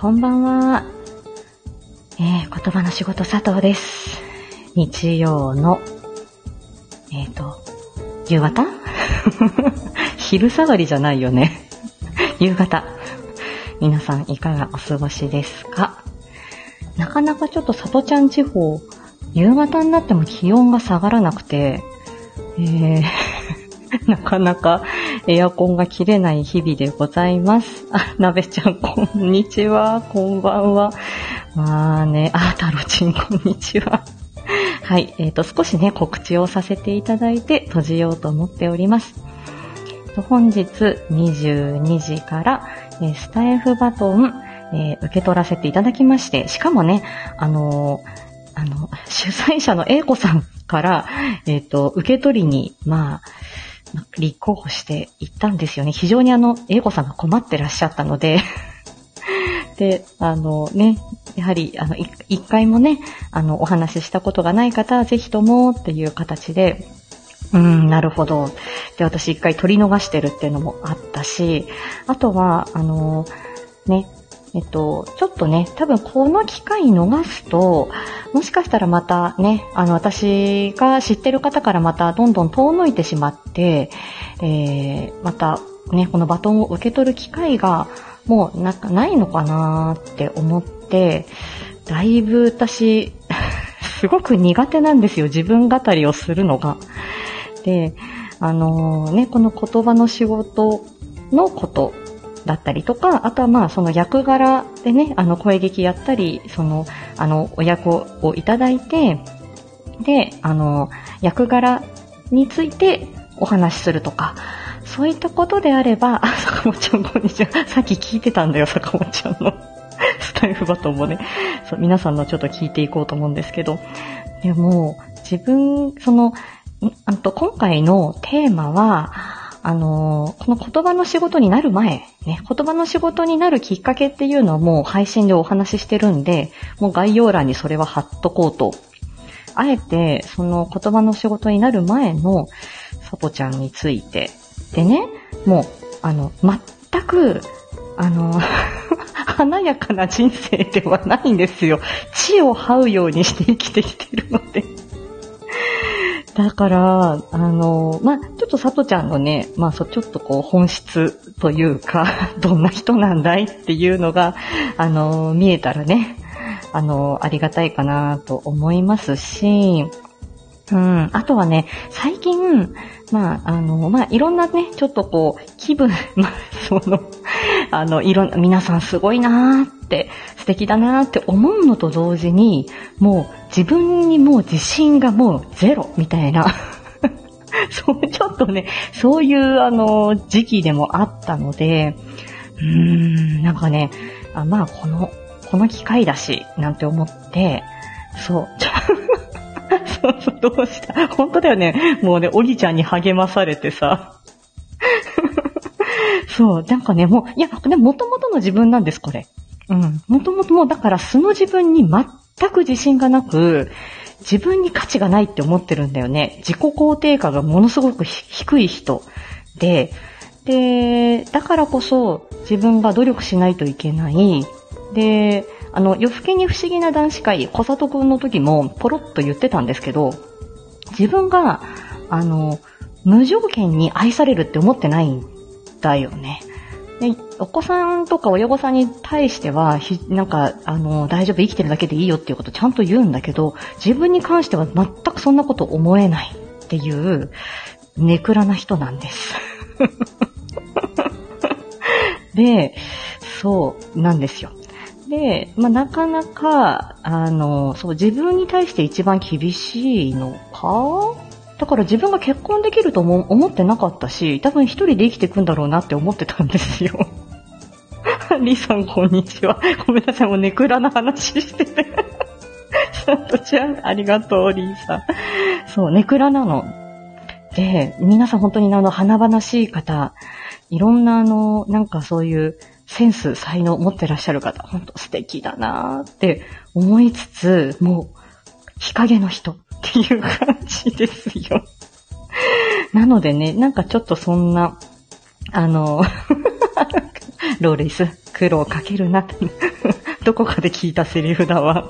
こんばんは。言葉の仕事佐藤です。日曜の、夕方昼下がりじゃないよね。夕方。皆さんいかがお過ごしですか？なかなかちょっと里ちゃん地方、夕方になっても気温が下がらなくて、なかなかエアコンが切れない日々でございます。なべちゃんこんにちは、こんばんは。まあね、太郎ちんこんにちは。はい、少しね、告知をさせていただいて閉じようと思っております。本日22時から、スタイフバトン、受け取らせていただきまして、しかもね、主催者の A 子さんから、受け取りに、立候補していったんですよね。非常にA 子さんが困ってらっしゃったので、で、やはり、一回もね、お話ししたことがない方は、ぜひともっていう形で、なるほど。で、私一回取り逃してるっていうのもあったし、あとは、ちょっとね、多分この機会逃すと、もしかしたらまたね、私が知ってる方からまたどんどん遠のいてしまって、またね、このバトンを受け取る機会がもうないのかなって思って、だいぶ私、すごく苦手なんですよ、自分語りをするのが。で、この言葉の仕事のことだったりとか、あとはその役柄でね、声劇やったり、お役をいただいて、で、役柄についてお話しするとか、そういったことであれば、坂本ちゃんこんにちは。さっき聞いてたんだよ、坂本ちゃんのスタイフバトンもね。そう、皆さんのちょっと聞いていこうと思うんですけど、でも、自分、今回のテーマは、この言葉の仕事になる前、ね、言葉の仕事になるきっかけっていうのはもう配信でお話ししてるんで、もう概要欄にそれは貼っとこうと。あえて、その言葉の仕事になる前のさとちゃんについて。でね、もう、全く、華やかな人生ではないんですよ。地を這うようにして生きてきてるので。だから、ちょっとさとちゃんのね、ちょっとこう本質というか、どんな人なんだいっていうのが、見えたらね、ありがたいかなと思いますし、あとはね、最近、いろんなね、ちょっとこう、気分、皆さんすごいなーって、素敵だなーって思うのと同時に、もう自分にもう自信がもうゼロみたいな、ちょっとね、そういう時期でもあったので、なんかね、この機会だし、なんて思って、そうどうした本当だよね。もうね、おぎちゃんに励まされてさ。そう、なんかね、もう元々の自分なんです、これ。元々もう、だから素の自分に全く自信がなく、自分に価値がないって思ってるんだよね。自己肯定感がものすごく低い人。で、だからこそ自分が努力しないといけない。で、夜更けに不思議な男子会、小里くんの時もポロッと言ってたんですけど、自分が、無条件に愛されるって思ってないんだよね。で、お子さんとか親御さんに対しては、大丈夫、生きてるだけでいいよっていうことちゃんと言うんだけど、自分に関しては全くそんなこと思えないっていう、ネクラな人なんです。で、そうなんですよ。で、なかなか、自分に対して一番厳しいのか？だから自分が結婚できるとも思ってなかったし、多分一人で生きていくんだろうなって思ってたんですよ。リーさんこんにちは。ごめんなさい、もうネクラな話してて。さとちゃん、ありがとう、リーさん。そう、ネクラなの。で、皆さん本当に華々しい方、いろんなそういうセンス、才能を持ってらっしゃる方、本当素敵だなーって思いつつ、もう、日陰の人っていう感じですよ。なのでね、ちょっとそんな、ローレイス、苦労かけるなってどこかで聞いたセリフだわ。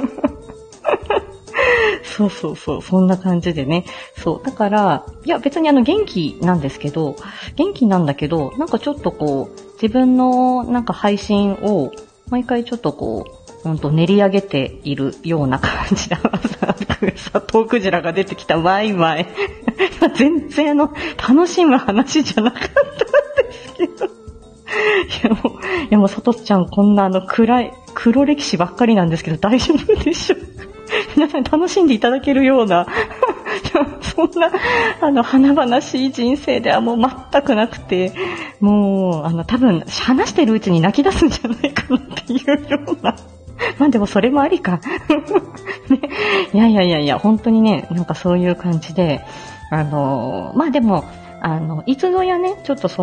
そうそうそう、そんな感じでね。そう。だから、いや別に元気なんですけど、元気なんだけど、なんかちょっとこう、自分のなんか配信を、毎回ちょっとこう、練り上げているような感じだ。さ、トウクジラが出てきたワイワイ。全然楽しむ話じゃなかったんですけど。いやもう、さとちゃんこんな暗い、黒歴史ばっかりなんですけど大丈夫でしょうか？皆さん楽しんでいただけるような、そんな、華々しい人生ではもう全くなくて、もう、多分、話してるうちに泣き出すんじゃないかなっていうような。まあでもそれもありか。ね、いや、本当にね、なんかそういう感じで、まあでも、いつぞやね、ちょっと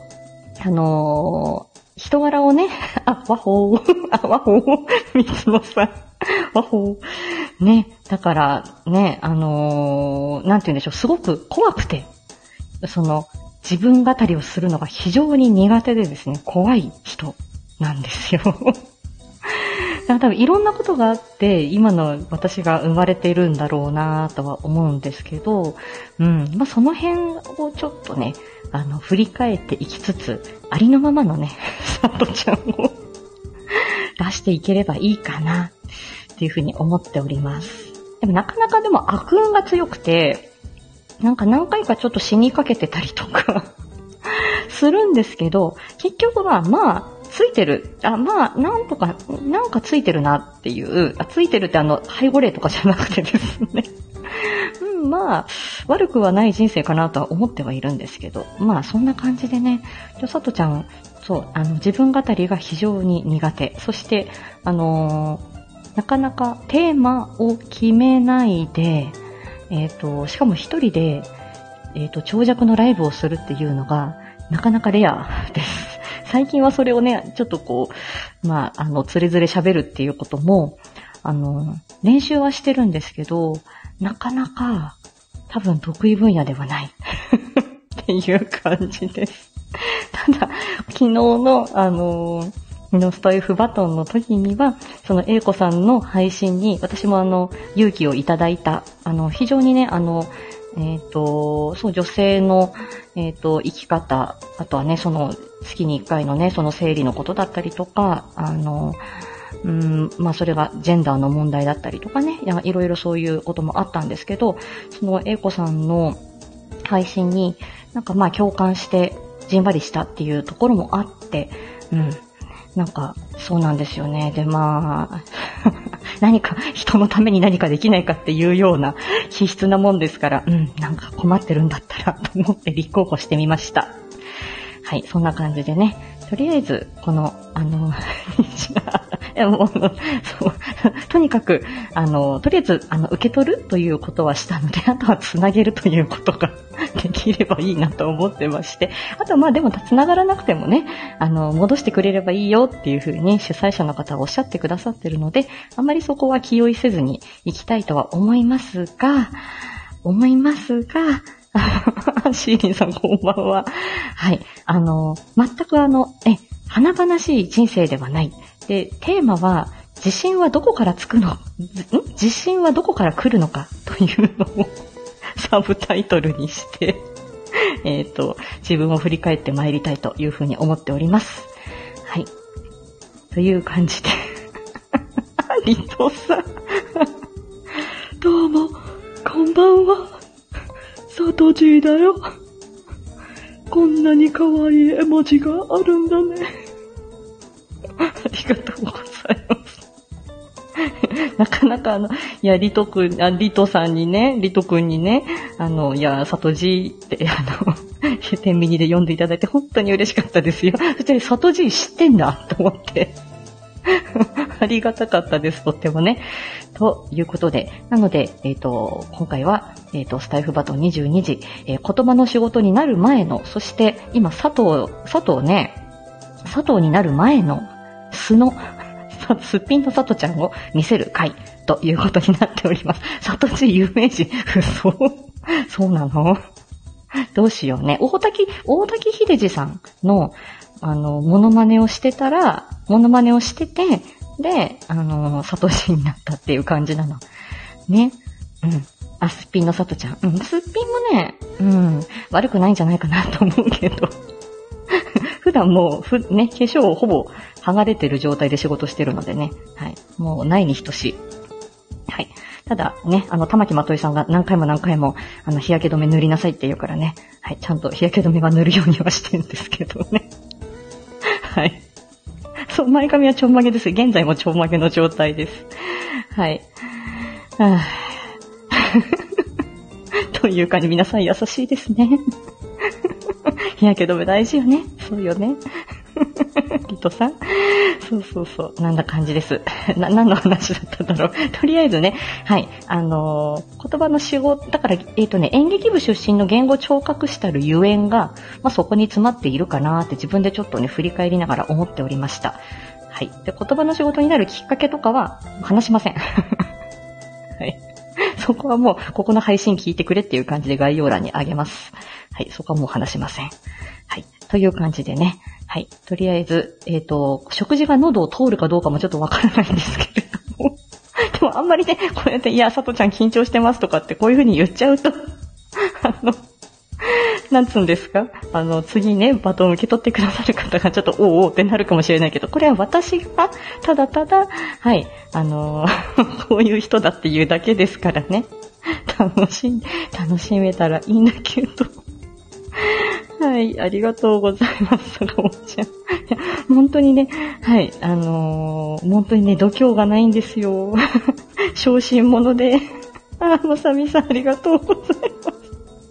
人柄をね、わほー、わほー、みつのさん、わほー、ね、だからね、なんて言うんでしょう、すごく怖くて、自分語りをするのが非常に苦手でですね、怖い人なんですよ。多分いろんなことがあって、今の私が生まれているんだろうなとは思うんですけど、まあ、その辺をちょっとね、振り返っていきつつ、ありのままのね、さとちゃんを出していければいいかな、っていうふうに思っております。でもなかなかでも悪運が強くて、なんか何回かちょっと死にかけてたりとか、するんですけど、結局はまあ、ついてる。まあ、なんかついてるなっていう。ついてるって背後霊とかじゃなくてですね。まあ、悪くはない人生かなとは思ってはいるんですけど、まあ、そんな感じでね、さとちゃん、そう、自分語りが非常に苦手。そして、なかなかテーマを決めないで、しかも一人で、長尺のライブをするっていうのが、なかなかレアです。最近はそれをね、ちょっとこう、まあ、つれづれ喋るっていうことも、練習はしてるんですけど、なかなか多分得意分野ではないっていう感じです。ただ、昨日のスタイフバトンの時には、その英子さんの配信に、私も勇気をいただいた、非常にね、そう、女性の、生き方、あとはね、月に1回のね、その生理のことだったりとか、まあ、それがジェンダーの問題だったりとかね、いろいろそういうこともあったんですけど、その英子さんの配信に、なんかまあ、共感して、じんわりしたっていうところもあって、なんか、そうなんですよね。で、まあ、何か、人のために何かできないかっていうような気質なもんですから、なんか困ってるんだったらと思って立候補してみました。はい、そんな感じでね、とりあえず、この、もうそうとにかく、とりあえず、受け取るということはしたので、あとはつなげるということができればいいなと思ってまして、あとはまあでもつながらなくてもね、戻してくれればいいよっていうふうに主催者の方はおっしゃってくださってるので、あんまりそこは気負いせずに行きたいとは思いますが、シーリンさんこんばんは。はい。全く華々しい人生ではない。で、テーマは、自信はどこから来るのかというのをサブタイトルにして、自分を振り返って参りたいというふうに思っております。はい。という感じで。リトさん。どうも、こんばんは。サトジーだよ。こんなに可愛い絵文字があるんだね。ありがとうございます。なかなかいや、リトさんにね、リトくんにね、いや、サトジーって、天秤で読んでいただいて本当に嬉しかったですよ。そしてサトジー知ってんだと思って。ありがたかったです、とってもね。ということで、なので、今回は、スタイフバトン22時、言葉の仕事になる前の、そして今、佐藤になる前の素の、すっぴんの佐藤ちゃんを見せる回ということになっております。佐藤氏有名人、そうなの？どうしようね。大滝秀治さんの、モノマネをしてて、 で、サトシになったっていう感じなの。ね。うん。すっぴんのさとちゃん。うん。すっぴんもね、悪くないんじゃないかなと思うけど。普段もう、ね、化粧をほぼ剥がれてる状態で仕事してるのでね。はい。もうないに等しい。はい。ただね、玉木まといさんが何回も日焼け止め塗りなさいって言うからね。はい。ちゃんと日焼け止めは塗るようにはしてるんですけどね。はい。そう、前髪はちょんまげです。現在もちょんまげの状態です。はい。というかに皆さん優しいですね。日焼け止め大事よね。そうよね。リトさん。そう。なんだ感じです。何の話だったんだろう。とりあえずね、はい。言葉の仕事、だから、演劇部出身の言語聴覚士たるゆえんが、そこに詰まっているかなって自分でちょっとね、振り返りながら思っておりました。はい。で、言葉の仕事になるきっかけとかは、話しません。はい。そこはもう、ここの配信聞いてくれっていう感じで概要欄にあげます。はい。そこはもう話しません。はい。という感じでね。はい。とりあえず、食事が喉を通るかどうかもちょっとわからないんですけれども。でもあんまりね、こうやって、いや、さとちゃん緊張してますとかってこういう風に言っちゃうと、なんつうんですか？次ね、バトンを受け取ってくださる方がちょっと、おーってなるかもしれないけど、これは私が、ただ、はい、こういう人だっていうだけですからね。楽しめたらいいんだけど。はい、ありがとうございます、坂本ちゃん。いや、本当にね、はい、本当にね、度胸がないんですよ。小心者で。まさみさん、ありがとうございます。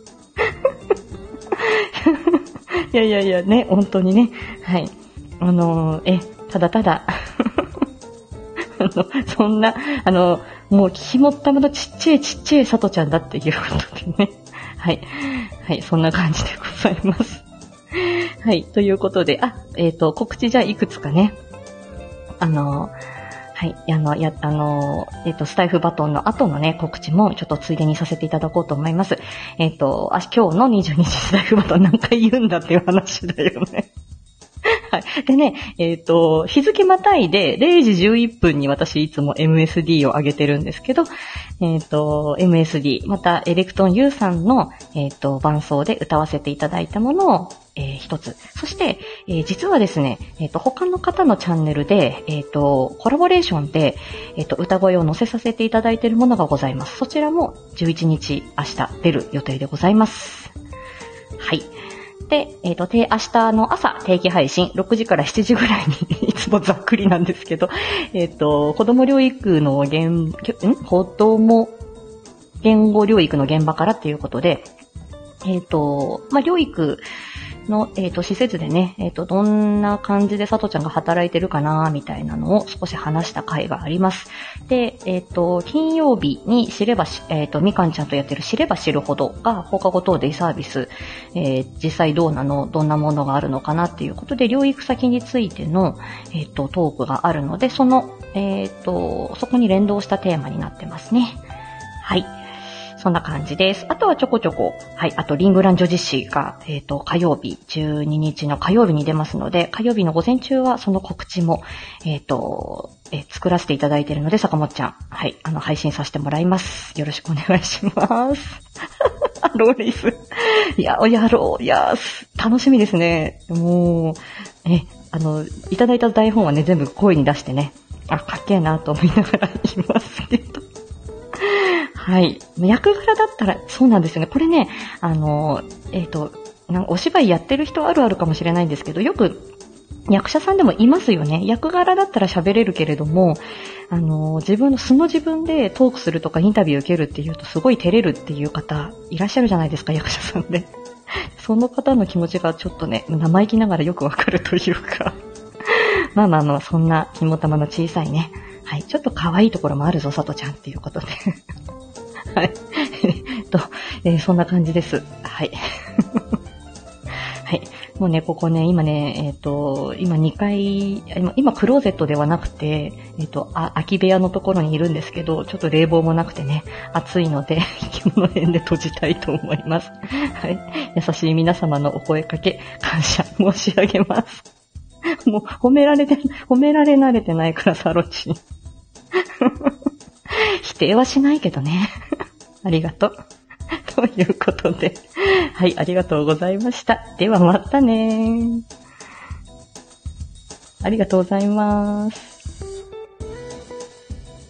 いや、ね、本当にね、はい。ただ、そんな、もう肝っ玉のちっちゃいさとちゃんだっていうことでね。はい。はい、そんな感じでございます。はい、ということで、告知じゃあいくつかね。はい、スタイフバトンの後のね、告知もちょっとついでにさせていただこうと思います。今日の22日スタイフバトン何回言うんだっていう話だよね。はい。でね、日付またいで0時11分に私いつも MSD を上げてるんですけど、MSD、またエレクトン U さんの、伴奏で歌わせていただいたものを、一つ。そして、実はですね、他の方のチャンネルで、コラボレーションで、歌声を載せさせていただいているものがございます。そちらも11日明日出る予定でございます。はい。で、明日の朝定期配信、6時から7時ぐらいにいつもざっくりなんですけど、子供療育の子供言語療育の現場からっていうことで、療育の、施設でね、どんな感じでさとちゃんが働いてるかな、みたいなのを少し話した回があります。で、金曜日に知ればみかんちゃんとやってる知れば知るほどが放課後等デイサービス、実際どんなものがあるのかなっていうことで、療育先についての、トークがあるので、そこに連動したテーマになってますね。はい。そんな感じです。あとはちょこちょこ、はい、あとリングラン女子誌が、火曜日、12日の火曜日に出ますので、火曜日の午前中はその告知も、作らせていただいているので、坂本ちゃん、はい、配信させてもらいます。よろしくお願いします。ローレイス。いや、楽しみですね。もう、いただいた台本はね、全部声に出してね、かっけえなと思いながら言いますけど。はい。役柄だったら、そうなんですよね。これね、お芝居やってる人あるあるかもしれないんですけど、よく役者さんでもいますよね。役柄だったら喋れるけれども、自分でトークするとかインタビュー受けるっていうとすごい照れるっていう方いらっしゃるじゃないですか、役者さんで。その方の気持ちがちょっとね、生意気ながらよくわかるというか。まあ、そんな肝玉の小さいね。はい。ちょっと可愛いところもあるぞ、さとちゃんっていうことで。はい。そんな感じです。はい。はい。もうね、ここね、今ね、今2階、今クローゼットではなくて、空き部屋のところにいるんですけど、ちょっと冷房もなくてね、暑いので、この辺で閉じたいと思います。はい。優しい皆様のお声かけ、感謝申し上げます。 もう褒められ慣れてないからさ、ロッチ。否定はしないけどね。ありがとう。ということで。はい、ありがとうございました。ではまたね。ありがとうございます。